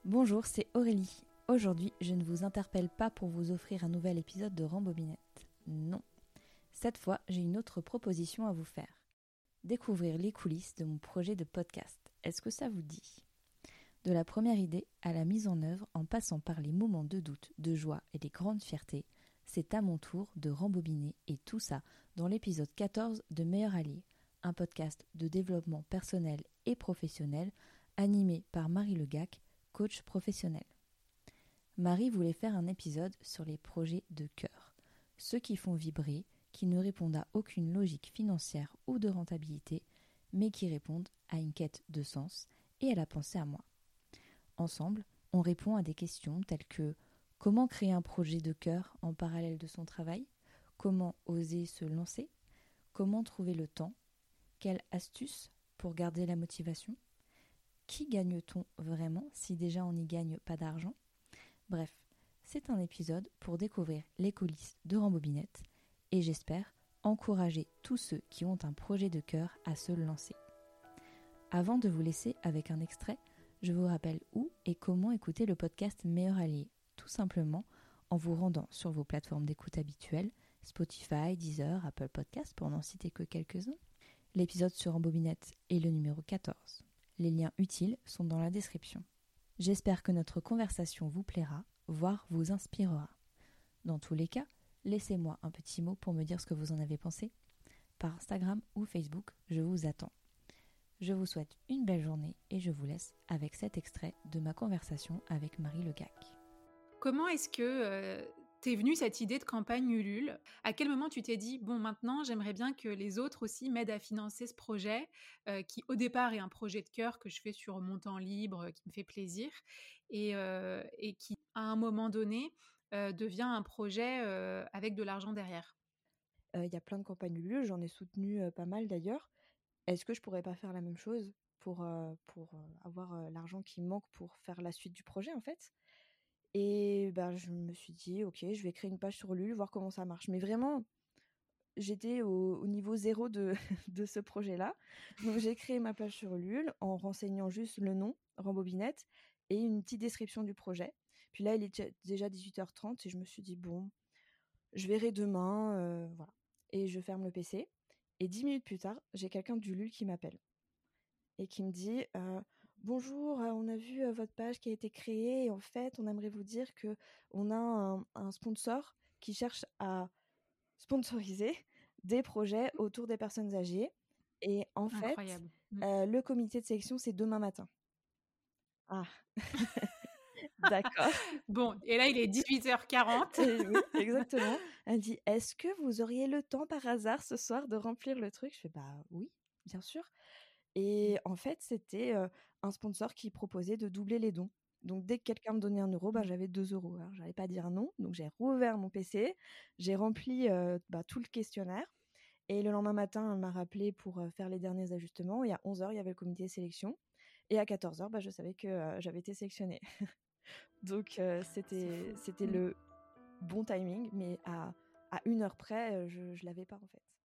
Bonjour, c'est Aurélie. Aujourd'hui, je ne vous interpelle pas pour vous offrir un nouvel épisode de Rambobinette. Non. Cette fois, j'ai une autre proposition à vous faire. Découvrir les coulisses de mon projet de podcast. Est-ce que ça vous dit ? De la première idée à la mise en œuvre, en passant par les moments de doute, de joie et les grandes fiertés, c'est à mon tour de rembobiner et tout ça dans l'épisode 14 de Meilleur Allié, un podcast de développement personnel et professionnel animé par Marie Legac, coach professionnel. Marie voulait faire un épisode sur les projets de cœur, ceux qui font vibrer, qui ne répondent à aucune logique financière ou de rentabilité, mais qui répondent à une quête de sens et à la pensée à moi. Ensemble, on répond à des questions telles que comment créer un projet de cœur en parallèle de son travail, comment oser se lancer, comment trouver le temps, quelle astuce pour garder la motivation, qui gagne-t-on vraiment si déjà on n'y gagne pas d'argent ? Bref, c'est un épisode pour découvrir les coulisses de Rambobinette et j'espère encourager tous ceux qui ont un projet de cœur à se lancer. Avant de vous laisser avec un extrait, je vous rappelle où et comment écouter le podcast Meilleur Allié, tout simplement en vous rendant sur vos plateformes d'écoute habituelles, Spotify, Deezer, Apple Podcasts pour n'en citer que quelques-uns. L'épisode sur Rambobinette est le numéro 14. Les liens utiles sont dans la description. J'espère que notre conversation vous plaira, voire vous inspirera. Dans tous les cas, laissez-moi un petit mot pour me dire ce que vous en avez pensé. Par Instagram ou Facebook, je vous attends. Je vous souhaite une belle journée et je vous laisse avec cet extrait de ma conversation avec Marie Legac. Comment est-ce que t'es venue cette idée de campagne Ulule ? À quel moment tu t'es dit, bon, maintenant, j'aimerais bien que les autres aussi m'aident à financer ce projet, qui au départ est un projet de cœur que je fais sur mon temps libre, qui me fait plaisir, et qui, à un moment donné, devient un projet avec de l'argent derrière. Il y a plein de campagnes Ulule, j'en ai soutenu pas mal d'ailleurs. Est-ce que je pourrais pas faire la même chose pour avoir l'argent qui manque pour faire la suite du projet en fait ? Et je me suis dit, ok, je vais créer une page sur Ulule, voir comment ça marche. Mais vraiment, j'étais au niveau zéro de, de ce projet-là. Donc j'ai créé ma page sur Ulule en renseignant juste le nom, Rambobinette, et une petite description du projet. Puis là, il est déjà 18h30 et je me suis dit, bon, je verrai demain, voilà. Et je ferme le PC. Et 10 minutes plus tard, j'ai quelqu'un d'Ulule qui m'appelle et qui me dit bonjour, on a vu votre page qui a été créée et en fait, on aimerait vous dire que on a un sponsor qui cherche à sponsoriser des projets autour des personnes âgées. Et en fait, Incroyable. le comité de sélection, c'est demain matin. Ah, d'accord. Bon, et là, il est 18h40. Oui, exactement. Elle dit, est-ce que vous auriez le temps par hasard ce soir de remplir le truc ? Je fais, oui, bien sûr. Et en fait, c'était un sponsor qui proposait de doubler les dons. Donc, dès que quelqu'un me donnait 1 euro, j'avais 2 euros. Alors, j'allais pas dire non. Donc, j'ai rouvert mon PC, j'ai rempli tout le questionnaire. Et le lendemain matin, elle m'a rappelé pour faire les derniers ajustements. Et à 11h, il y avait le comité de sélection. Et à 14h, je savais que j'avais été sélectionnée. Donc, c'était le bon timing. Mais à 1 heure près, je ne l'avais pas en fait.